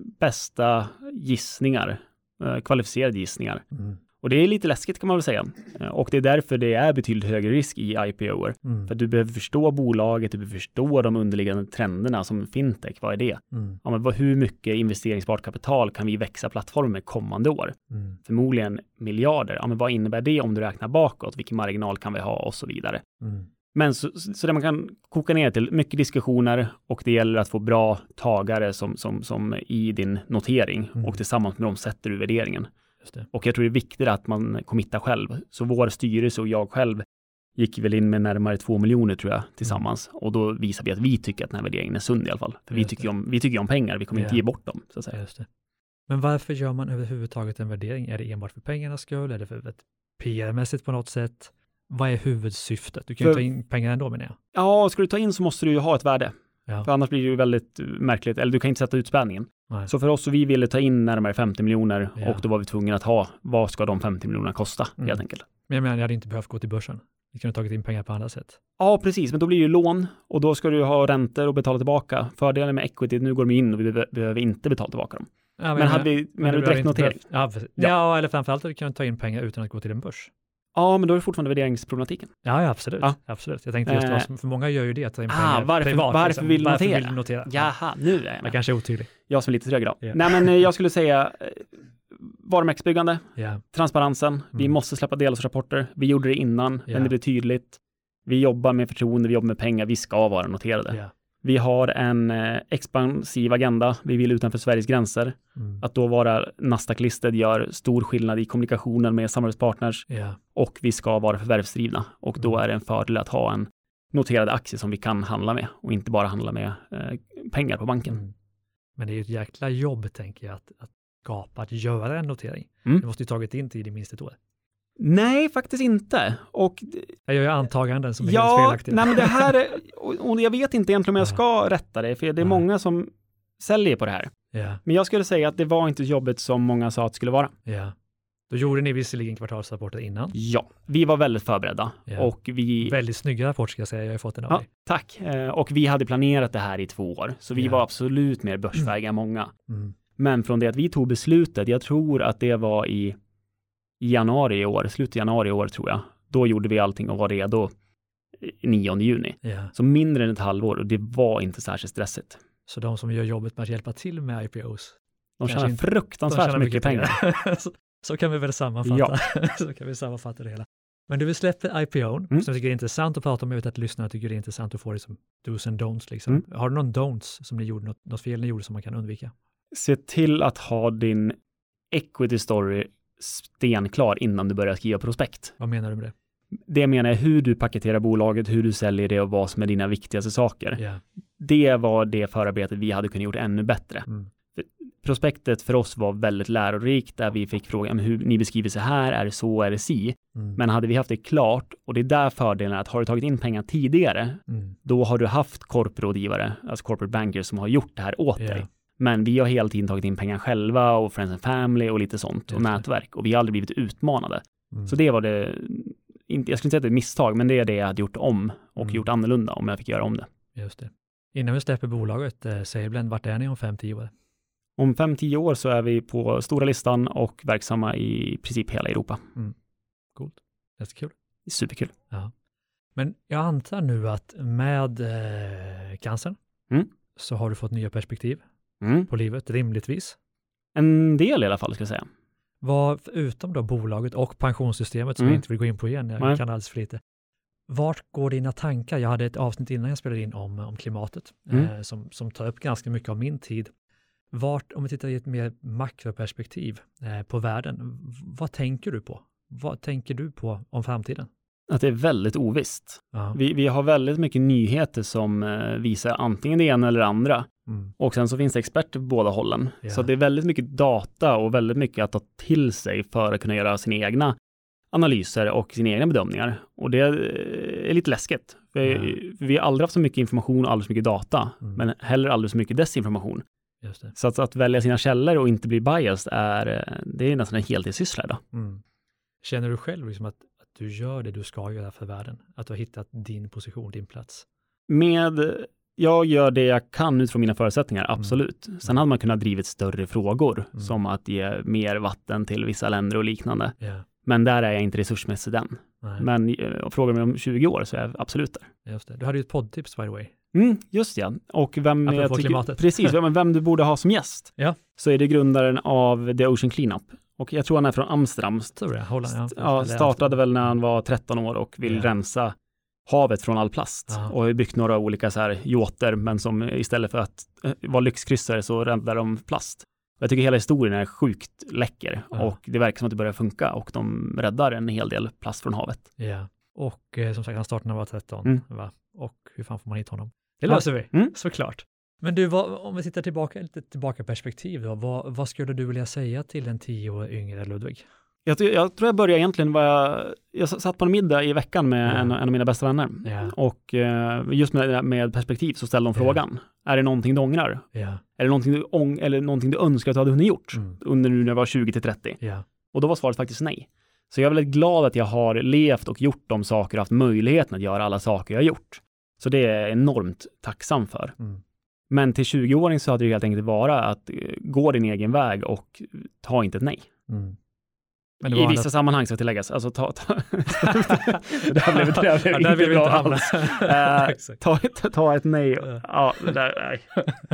bästa gissningar, eh, kvalificerade gissningar. Mm. Och det är lite läskigt kan man väl säga. Eh, Och det är därför det är betydligt högre risk i I P O-er. Mm. För att du behöver förstå bolaget, du behöver förstå de underliggande trenderna som fintech, vad är det? Mm. Ja, men vad, hur mycket investeringsbart kapital kan vi växa plattformen med kommande år? Mm. Förmodligen miljarder. Ja, men vad innebär det om du räknar bakåt? Vilken marginal kan vi ha och så vidare? Mm. Men så, så det man kan koka ner till mycket diskussioner och det gäller att få bra tagare som, som, som i din notering Mm. och tillsammans med dem sätter du värderingen. Just det. Och jag tror det är viktigt att man committar själv. Så vår styrelse och jag själv gick väl in med närmare två miljoner tror jag tillsammans. Mm. Och då visar vi att vi tycker att den här värderingen är sund i alla fall. För vi Just tycker, det. om, vi tycker om pengar, vi kommer Ja. inte ge bort dem. Så att säga. Just det. Men varför gör man överhuvudtaget en värdering? Är det enbart för pengarnas skull? Är det för ett P R-mässigt på något sätt? Vad är huvudsyftet? Du kan ju För- ta in pengar ändå menar jag. Ja, ska du ta in så måste du ju ha ett värde. Ja. För annars blir det ju väldigt märkligt. Eller du kan inte sätta utspädningen. Nej. Så för oss så vi ville ta in närmare femtio miljoner Ja. och då var vi tvungna att ha, vad ska de femtio miljonerna kosta Mm. helt enkelt. Men jag menar, jag hade inte behövt gå till börsen. Vi kunde ha tagit in pengar på andra sätt. Ja, precis, men då blir det ju lån och då ska du ha räntor och betala tillbaka. Fördelen med equity, nu går de in och vi be- behöver inte betala tillbaka dem. Ja, Men hade vi, menar du behöver inte direktnotering? behövt- Ja, precis. Ja. ja, eller framförallt att du kan ta in pengar utan att gå till en börs. Ja, men då är det fortfarande värderingsproblematiken. Ja, ja absolut. Ja. absolut. Jag tänkte just Eh. vad som, för många gör ju det, att ta in Ah, pengar varför- privat. varför liksom. vill du varför notera? vill du notera? Jaha, nu är jag Jag med. kanske är otydlig. Jag som är lite trög idag. Ja. Nej, men eh, jag skulle säga eh, varumärkesbyggande, Ja. transparensen. Vi Mm. måste släppa delårsrapporter. Vi gjorde det innan, Ja. men det blir tydligt. Vi jobbar med förtroende, vi jobbar med pengar, vi ska vara noterade. Ja. Vi har en eh, expansiv agenda, vi vill utanför Sveriges gränser. Mm. Att då vara Nasdaq-listad gör stor skillnad i kommunikationen med samarbetspartners Ja. och vi ska vara förvärvsdrivna. Och då Mm. är det en fördel att ha en noterad aktie som vi kan handla med och inte bara handla med eh, pengar på banken. Mm. Men det är ju ett jäkla jobb, tänker jag, att, att skapa, att göra en notering. Mm. Du måste ju tagit in tid i minst ett år. Nej, faktiskt inte. Och Jag gör ju antaganden som är helt ja, felaktiga. nej men det här är, och och jag vet inte egentligen om jag ska rätta det, för det är Nej. många som säljer på det här. Ja, Men jag skulle säga att det var inte jobbet som många sa att det skulle vara. ja. Då gjorde ni visserligen kvartalsrapporter innan. Ja, vi var väldigt förberedda Ja. och vi... Väldigt snygga rapport ska jag säga, jag har ju fått den av Ja, dig. tack. Eh, Och vi hade planerat det här i två år, så vi Ja. var absolut mer börsfähiga än många. Mm. Men från det att vi tog beslutet, jag tror att det var i i januari i år, slutet januari i år tror jag. Då gjorde vi allting och var redo nionde juni. Ja. Så mindre än ett halvår och det var inte särskilt stressigt. Så de som gör jobbet med att hjälpa till med I P Os, De Kanske tjänar inte- fruktansvärt tjänar mycket pengar. så, så kan vi väl sammanfatta. Ja. så kan vi sammanfatta det hela. Men du, vi släpper I P O:n, Mm. som jag tycker är intressant att prata om. Jag vet att lyssnarna tycker det är intressant att få det som dos and don'ts. Liksom. Mm. Har du någon don'ts som ni gjorde, något, något fel ni gjorde som man kan undvika? Se till att ha din equity story stenklar innan du börjar skriva prospekt. Vad menar du med det? Det menar jag hur du paketerar bolaget, hur du säljer det och vad som är dina viktigaste saker. Ja. Det var det förarbetet vi hade kunnat gjort ännu bättre. Mm. Prospektet för oss var väldigt lärorikt där vi fick frågan hur ni beskriver så här, är det så, är det si? Mm. Men hade vi haft det klart, och det är där fördelen är att har du tagit in pengar tidigare, Mm. då har du haft korprådgivare, alltså corporate bankers som har gjort det här åt Ja. dig. Men vi har hela tiden tagit in pengar själva och friends and family och lite sånt och nätverk. Och vi har aldrig blivit utmanade. Mm. Så det var det, inte, jag skulle inte säga att det är ett misstag, men det är det jag hade gjort om och mm. gjort annorlunda om jag fick göra om det. Just det. Innan vi släpper bolaget, eh, SaveLend, vart är ni om fem till tio år? Om fem till tio år så är vi på stora listan och verksamma i princip hela Europa. Mm. Coolt. Det är kul. Superkul. Ja. Men jag antar nu att med eh, cancern mm. så har du fått nya perspektiv mm. på livet, rimligtvis. En del i alla fall, ska jag säga. Vad, utom då bolaget och pensionssystemet som mm. jag inte vill gå in på igen, jag Nej. kan alldeles för lite. Vart går dina tankar? Jag hade ett avsnitt innan jag spelade in om, om klimatet mm. eh, som, som tar upp ganska mycket av min tid. Vart, om vi tittar i ett mer makroperspektiv eh, på världen, vad tänker du på? Vad tänker du på om framtiden? Att det är väldigt ovisst. Ja. Vi, vi har väldigt mycket nyheter som eh, visar antingen det ena eller det andra. Mm. Och sen så finns det experter på båda hållen. Ja. Så det är väldigt mycket data och väldigt mycket att ta till sig för att kunna göra sina egna analyser och sina egna bedömningar. Och det är lite läskigt. För Ja. Vi har aldrig haft så mycket information och alldeles så mycket data. Mm. Men heller aldrig så mycket desinformation. Just det. Så att, att välja sina källor och inte bli biased är, det är nästan en heltidssyssla idag. Mm. Känner du själv liksom att, att du gör det du ska göra för världen? Att du har hittat din position, din plats? Med, jag gör det jag kan utifrån mina förutsättningar, absolut. Mm. Sen hade man kunnat drivit större frågor, mm. som att ge mer vatten till vissa länder och liknande. Yeah. Men där är jag inte resursmässigt än. Nej. Men och frågar mig om tjugo år så är jag absolut där. Just det. Du hade ju ett poddtips, by the way. Mm, just ja. Och vem Apropå jag tycker, klimatet. precis, vem, vem du borde ha som gäst. Ja. Så är det grundaren av The Ocean Cleanup. Och jag tror han är från Amsterdam. Tror jag, Holland, ja. ja, startade väl när han var tretton år och vill Ja. rensa havet från all plast. Ja. Och har byggt några olika så här yachter, men som istället för att eh, vara lyxkryssare så räddar de plast. Jag tycker hela historien är sjukt läcker. Ja. Och det verkar som att det börjar funka och de räddar en hel del plast från havet. Ja. Och eh, som sagt, han startade när han var tretton. Mm. Va? Och hur fan får man hit honom? Det Ja. löser vi, Mm. såklart. Men du, vad, om vi tittar tillbaka, lite tillbaka perspektiv då, vad, vad skulle du vilja säga till en tio år yngre Ludvig? Jag, jag tror jag började egentligen, var jag, jag satt på en middag i veckan med Ja. en, en av mina bästa vänner. Ja. Och eh, just med, med perspektiv så ställde de Ja. frågan. Är det någonting du ångrar? Ja. Är det någonting du, ång, eller någonting du önskar att du hade hunnit gjort Mm. under nu när jag var tjugo till trettio? Ja. Och då var svaret faktiskt nej. Så jag är väldigt glad att jag har levt och gjort de saker och haft möjligheten att göra alla saker jag har gjort. Så det är jag enormt tacksam för. Mm. Men till tjugo-åring så hade det helt enkelt vara att uh, gå din egen väg och ta inte ett nej. Mm. Men det I var vissa annat... sammanhang ska tilläggas. Alltså ta... ta... det där blev inte, det Ja, inte där vill vi bra inte hamna. alls. Uh, ta, ta, ta ett nej. Ja. Ja, det där, nej.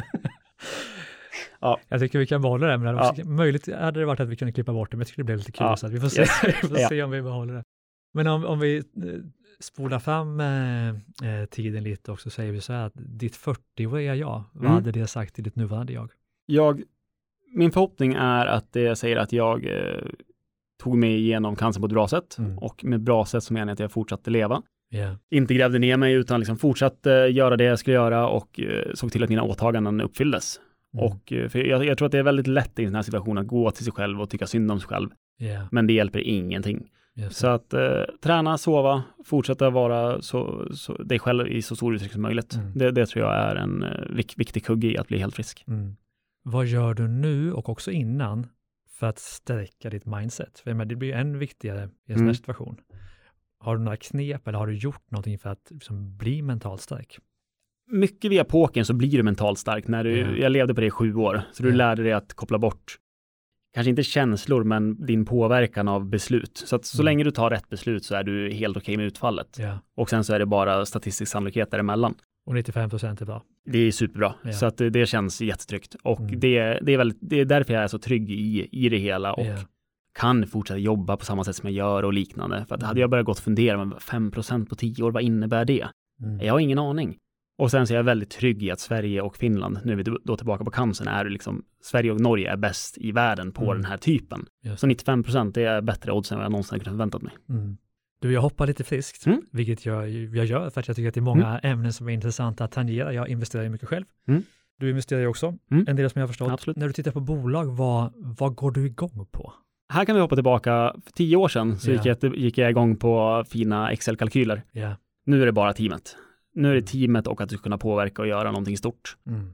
Ja. Jag tycker vi kan behålla det, men det Ja. också, möjligt hade det varit att vi kunde klippa bort det, men jag tycker det blev lite kul, Ja. så att vi får se, Yes. vi får Ja. se om vi behåller det. Men om, om vi eh, spolar fram eh, eh, tiden lite och så säger vi så här att ditt fyrtioåriga jag, vad Mm. hade det sagt till ditt nuvarande jag? Jag, min förhoppning är att det säger att jag eh, tog mig igenom cancer på ett bra sätt. Mm. Och med bra sätt så menar jag att jag fortsatte leva. Yeah. Inte grävde ner mig utan liksom fortsatte göra det jag skulle göra och eh, såg till att mina åtaganden uppfylldes. Mm. Och, eh, för jag, jag tror att det är väldigt lätt i den här situationen att gå till sig själv och tycka synd om sig själv. Yeah. Men det hjälper ingenting. Just Så det. att eh, träna, sova, fortsätta vara så, så, dig själv i så stor utsträckning som möjligt. Mm. Det, det tror jag är en eh, vik, viktig kugge i att bli helt frisk. Mm. Vad gör du nu och också innan för att stärka ditt mindset? För jag menar, det blir ju än viktigare i en sån här Mm. situation. Har du några knep eller har du gjort någonting för att liksom, bli mentalt stark? Mycket via pokern så blir du mentalt stark. När du, Ja. Jag levde på det i sju år. Så du Ja. lärde dig att koppla bort, kanske inte känslor, men din påverkan av beslut. Så att så Mm. länge du tar rätt beslut så är du helt okej med utfallet. Ja. Och sen så är det bara statistisk sannolikhet däremellan. Och nittiofem procent är bra. Det är superbra. Ja. Så att det, det känns jättetryggt. Och Mm. det, det, är väl, det är därför jag är så trygg i, i det hela. Och Ja. kan fortsätta jobba på samma sätt som jag gör och liknande. För att Mm. hade jag börjat gått och fundera, men fem procent på tio år, vad innebär det? Mm. Jag har ingen aning. Och sen så är jag väldigt trygg i att Sverige och Finland, nu är vi då tillbaka på cancern, är liksom, Sverige och Norge är bäst i världen på Mm. den här typen. Just. Så nittiofem procent det är bättre odds än vad jag någonsin kunnat förväntat mig. Mm. Du, jag hoppar lite friskt, Mm. vilket jag, jag gör för att jag tycker att det är många ämnen som är intressanta att tangera. Jag investerar ju mycket själv. Mm. Du investerar ju också, Mm. en del som jag har förstått. Absolut. När du tittar på bolag, vad, vad går du igång på? Här kan vi hoppa tillbaka, för tio år sedan så Ja. gick, jag, gick jag igång på fina Excel-kalkyler. Ja. Nu är det bara teamet. Nu är det teamet och att du ska kunna påverka och göra någonting stort. Mm.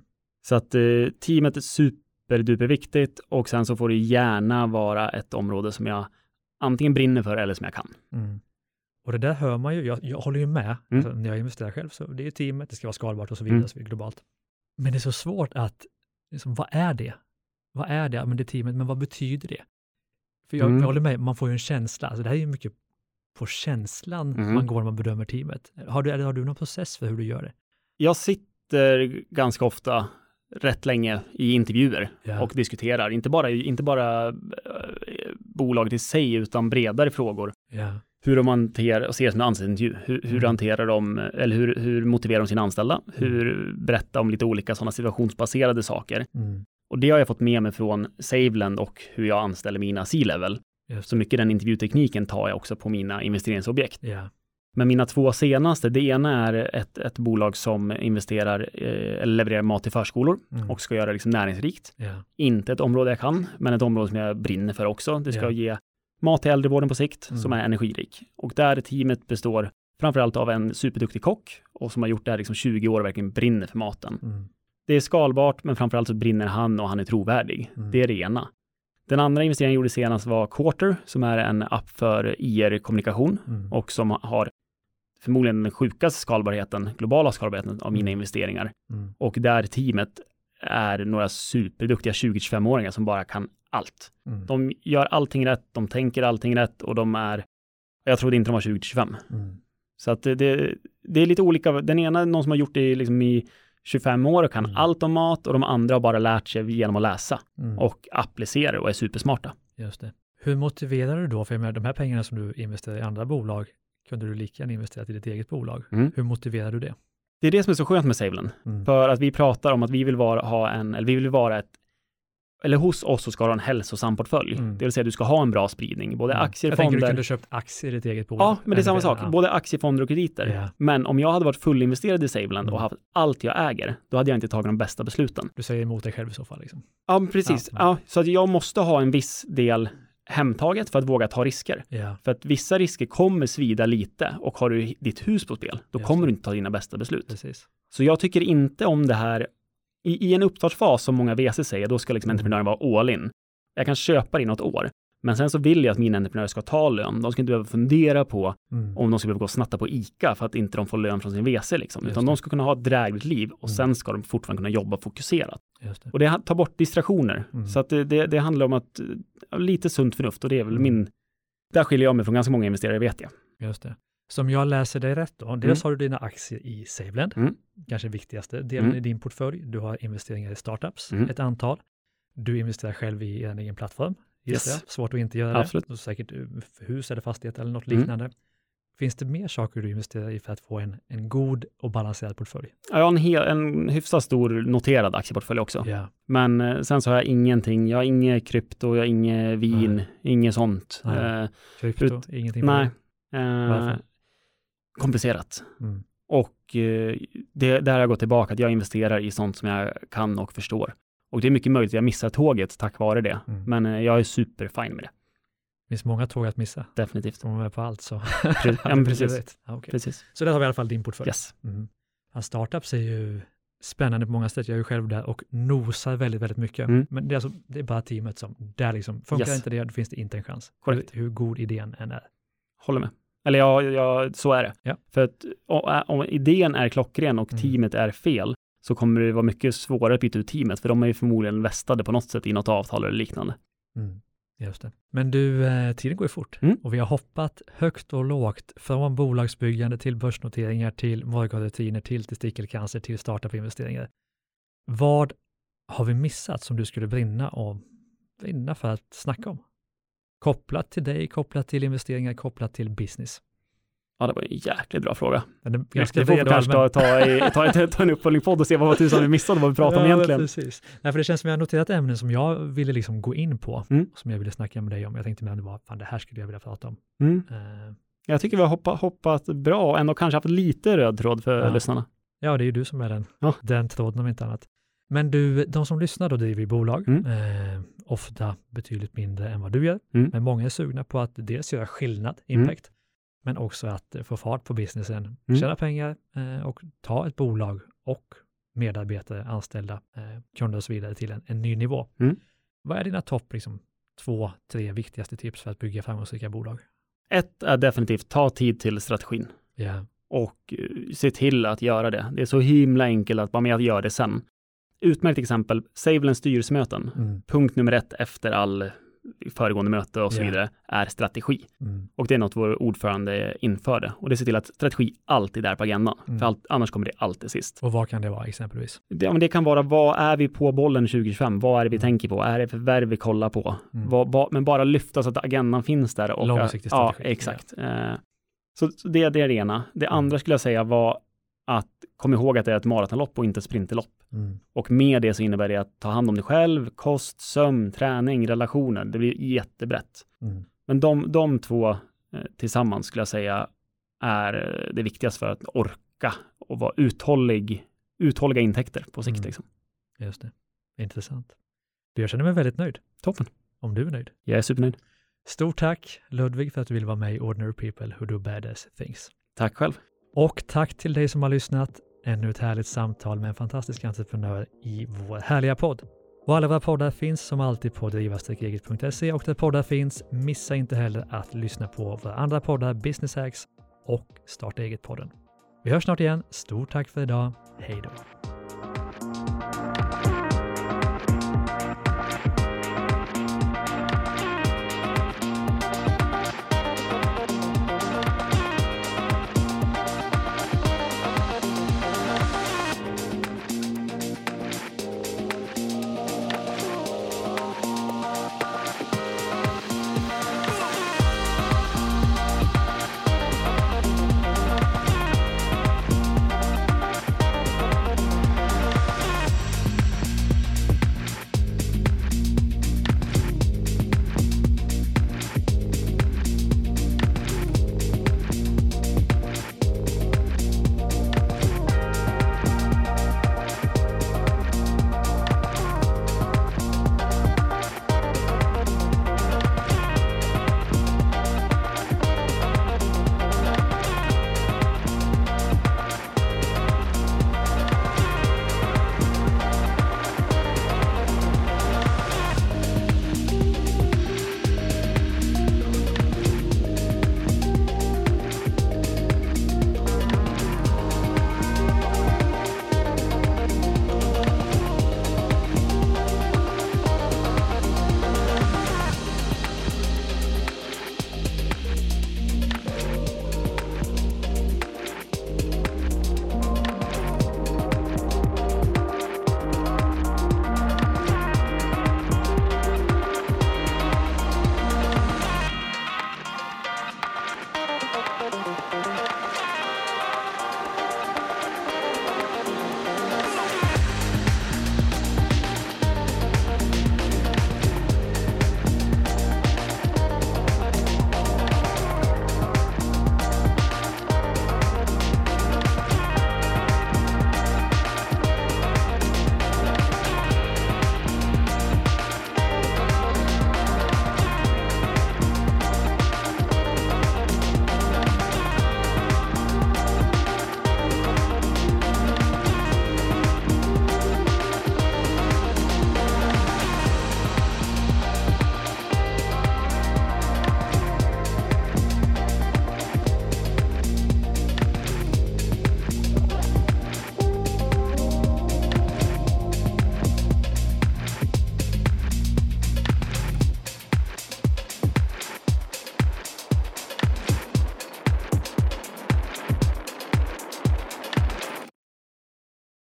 Så att eh, teamet är superduper viktigt och sen så får det gärna vara ett område som jag antingen brinner för eller som jag kan. Mm. Och det där hör man ju, jag, jag håller ju med, Mm. alltså, när jag investerar själv så det är teamet, det ska vara skalbart och så vidare, Mm. så vidare globalt. Men det är så svårt att, liksom, vad är det? Vad är det? Men det är teamet, men vad betyder det? För jag, Mm. jag håller med, man får ju en känsla, alltså det här är ju mycket på känslan Mm. man går när man bedömer teamet. Har du, eller har du någon process för hur du gör det? Jag sitter ganska ofta rätt länge i intervjuer Ja. och diskuterar, inte bara, inte bara äh, bolaget i sig utan bredare frågor. Ja. Hur de hanterar, och ser som en anställningsintervju, hur, hur Mm. hanterar de, eller hur, hur motiverar de sina anställda, hur berättar om lite olika sådana situationsbaserade saker. Mm. Och det har jag fått med mig från SaveLend och hur jag anställer mina C-level. Just Så mycket den intervjutekniken tar jag också på mina investeringsobjekt. Ja. Men mina två senaste, det ena är ett, ett bolag som investerar eh, eller levererar mat till förskolor Mm. och ska göra det liksom näringsrikt. Ja. Inte ett område jag kan, men ett område som jag brinner för också. Det ska Ja. ge mat till äldrevården på sikt Mm. som är energirik. Och där teamet består framförallt av en superduktig kock och som har gjort det här liksom tjugo år och verkligen brinner för maten. Mm. Det är skalbart, men framförallt så brinner han och han är trovärdig. Mm. Det är det ena. Den andra investeringen jag gjorde senast var Quarter, som är en app för I R-kommunikation Mm. och som har förmodligen den sjukaste skalbarheten, globala skalbarheten av mina Mm. investeringar. Mm. Och där teamet är några superduktiga tjugo till tjugofem-åringar som bara kan allt. Mm. De gör allting rätt, de tänker allting rätt och de är, jag trodde inte de var tjugo till tjugofem. Mm. Så att det, det, det är lite olika. Den ena är någon som har gjort det liksom i tjugofem år och kan Mm. allt om mat och de andra har bara lärt sig genom att läsa Mm. och applicera och är supersmarta. Just det. Hur motiverar du då? För jag menar, de här pengarna som du investerar i andra bolag kunde du lika gärna investera i ditt eget bolag. Mm. Hur motiverar du det? Det är det som är så skönt med SaveLend. Mm. För att vi pratar om att vi vill vara, ha en, eller vi vill vara ett, eller hos oss så ska du ha en hälsosam portfölj. Mm. Det vill säga du ska ha en bra spridning, både Mm. aktier, Jag tänker fonder. du kunde köpt aktier i ditt eget bolag. Ja, men det är samma Eller- sak. ja. Både aktiefonder och krediter. Ja. Men om jag hade varit fullinvesterad i SaveLend Mm. och haft allt jag äger, då hade jag inte tagit de bästa besluten. Du säger emot dig själv i så fall. Liksom. Ja, men precis. Ja. Ja, så att jag måste ha en viss del hemtaget för att våga ta risker. Ja. För att vissa risker kommer svida lite och har du ditt hus på spel, då Just kommer det. du inte ta dina bästa beslut. Precis. Så jag tycker inte om det här, i, i en uppstartsfas som många V C säger, då ska liksom Mm. entreprenören vara all in. Jag kan köpa det i något år, men sen så vill jag att mina entreprenörer ska ta lön. De ska inte behöva fundera på Mm. om de ska behöva gå och snatta på ICA för att inte de får lön från sin V C liksom. Just Utan det. de ska kunna ha ett drägligt liv och Mm. sen ska de fortfarande kunna jobba fokuserat. Just det. Och det tar bort distraktioner. Mm. Så att det, det, det handlar om att ja, lite sunt förnuft och det är väl Mm. min, där skiljer jag mig från ganska många investerare vet jag. Just det. Som jag läser dig rätt då, dels har du dina aktier i SaveLend, Mm. kanske viktigaste delen Mm. i din portfölj. Du har investeringar i startups, Mm. ett antal. Du investerar själv i en egen plattform, gissar Yes. jag. Svårt att inte göra Absolut. det. Så säkert hus eller fastighet eller något Mm. liknande. Finns det mer saker du investerar i för att få en, en god och balanserad portfölj? Jag har en, hel, en hyfsat stor noterad aktieportfölj också. Ja. Men eh, sen så har jag ingenting. Jag har inget krypto, jag har inget vin, Nej. inget sånt. Nej. Eh, Krypto, Ut- ingenting? nej. för Eh, Varför? komplicerat. det? Mm. Och eh, det, där har jag gått tillbaka att jag investerar i sånt som jag kan och förstår. Och det är mycket möjligt att jag missar tåget tack vare det. Mm. Men eh, jag är superfine med det. Det finns många tåg att missa. Definitivt. Om man är på allt så. Pre- ja, men precis. Ja, okay. precis. Så där har vi i alla fall din portfölj. Yes. Mm. Ja, startups är ju spännande på många sätt. Jag är ju själv där och nosar väldigt, väldigt mycket. Mm. Men det är, alltså, det är bara teamet som, där liksom, funkar Yes. inte det, då finns det inte en chans. Korrekt. Hur, hur god idén än är. Håller med. Eller ja, ja, så är det. Ja. För att om, om idén är klockren och Mm. teamet är fel så kommer det vara mycket svårare att byta ut teamet för de är ju förmodligen västade på något sätt i något avtal eller liknande. Mm. Just det. Men du, eh, tiden går ju fort Mm. och vi har hoppat högt och lågt från bolagsbyggande till börsnoteringar till morgonrutiner till testikelcancer till startup-investeringar. Vad har vi missat som du skulle brinna och brinna för att snacka om? Kopplat till dig, kopplat till investeringar, kopplat till business. Ja, det var en jäkligt bra fråga. Den är ganska Det får vi bred och kanske ta, allmän. ta, i, ta, ta, ta en uppföljningspodd och se vad tusan vi missade, vad vi pratade om Ja, egentligen. precis. Nej, för det känns som jag har noterat ämnen som jag ville liksom gå in på, Mm. som jag ville snacka med dig om. Jag tänkte, men det var, fan, det här skulle jag vilja prata om. Mm. Eh, Jag tycker vi har hoppat, hoppat bra och ändå kanske haft lite röd tråd för Ja. lyssnarna. ja, det är ju du som är den, Ja. den tråden om inte annat. Men du, de som lyssnar då driver ju bolag, Mm. eh, ofta betydligt mindre än vad du gör, Mm. men många är sugna på att dels göra skillnad, impact, men också att eh, få fart på businessen, Mm. tjäna pengar eh, och ta ett bolag och medarbetare, anställda, eh, kunder och så vidare till en, en ny nivå. Mm. Vad är dina topp liksom, två, tre viktigaste tips för att bygga framgångsrika bolag? Ett är definitivt ta tid till strategin. Yeah. Och se till att göra det. Det är så himla enkelt att bara med att göra det sen. Utmärkt exempel, Saveland styrelsemöten. Mm. Punkt nummer ett efter all föregående möte och så Yeah. vidare är strategi. Mm. Och det är något vår ordförande införde. Och det ser till att strategi alltid är på agendan. Mm. För allt, annars kommer det alltid sist. Och vad kan det vara exempelvis? Det, men det kan vara, vad är vi på bollen tjugo tjugofem? Vad är det vi Mm. tänker på? Är det förvärv vi kollar på? Mm. Vad, vad, men bara lyfta så att agendan finns där. Och, Långsiktig ja, strategi. exakt. Eh, så, så det, det är det ena. Det Mm. andra skulle jag säga var att kom ihåg att det är ett maratonlopp och inte ett sprinterlopp. Mm. Och med det så innebär det att ta hand om dig själv, kost, sömn, träning, relationer. Det blir jättebrett. Mm. Men de, de två eh, tillsammans skulle jag säga är eh, det viktigaste för att orka och vara uthållig, uthålliga intäkter på sikt. Mm. Liksom. Just det. Intressant. Jag känner mig väldigt nöjd. Toppen. Om du är nöjd. Jag är supernöjd. Stort tack Ludvig för att du vill vara med i Ordinary People Who Do Badass Things. Tack själv. Och tack till dig som har lyssnat. Ännu ett härligt samtal med en fantastisk entreprenör i vår härliga podd. Och alla våra poddar finns som alltid på driva eget punkt se och där poddar finns, missa inte heller att lyssna på våra andra poddar Business Hacks och Starta eget-podden. Vi hörs snart igen. Stort tack för idag. Hej då!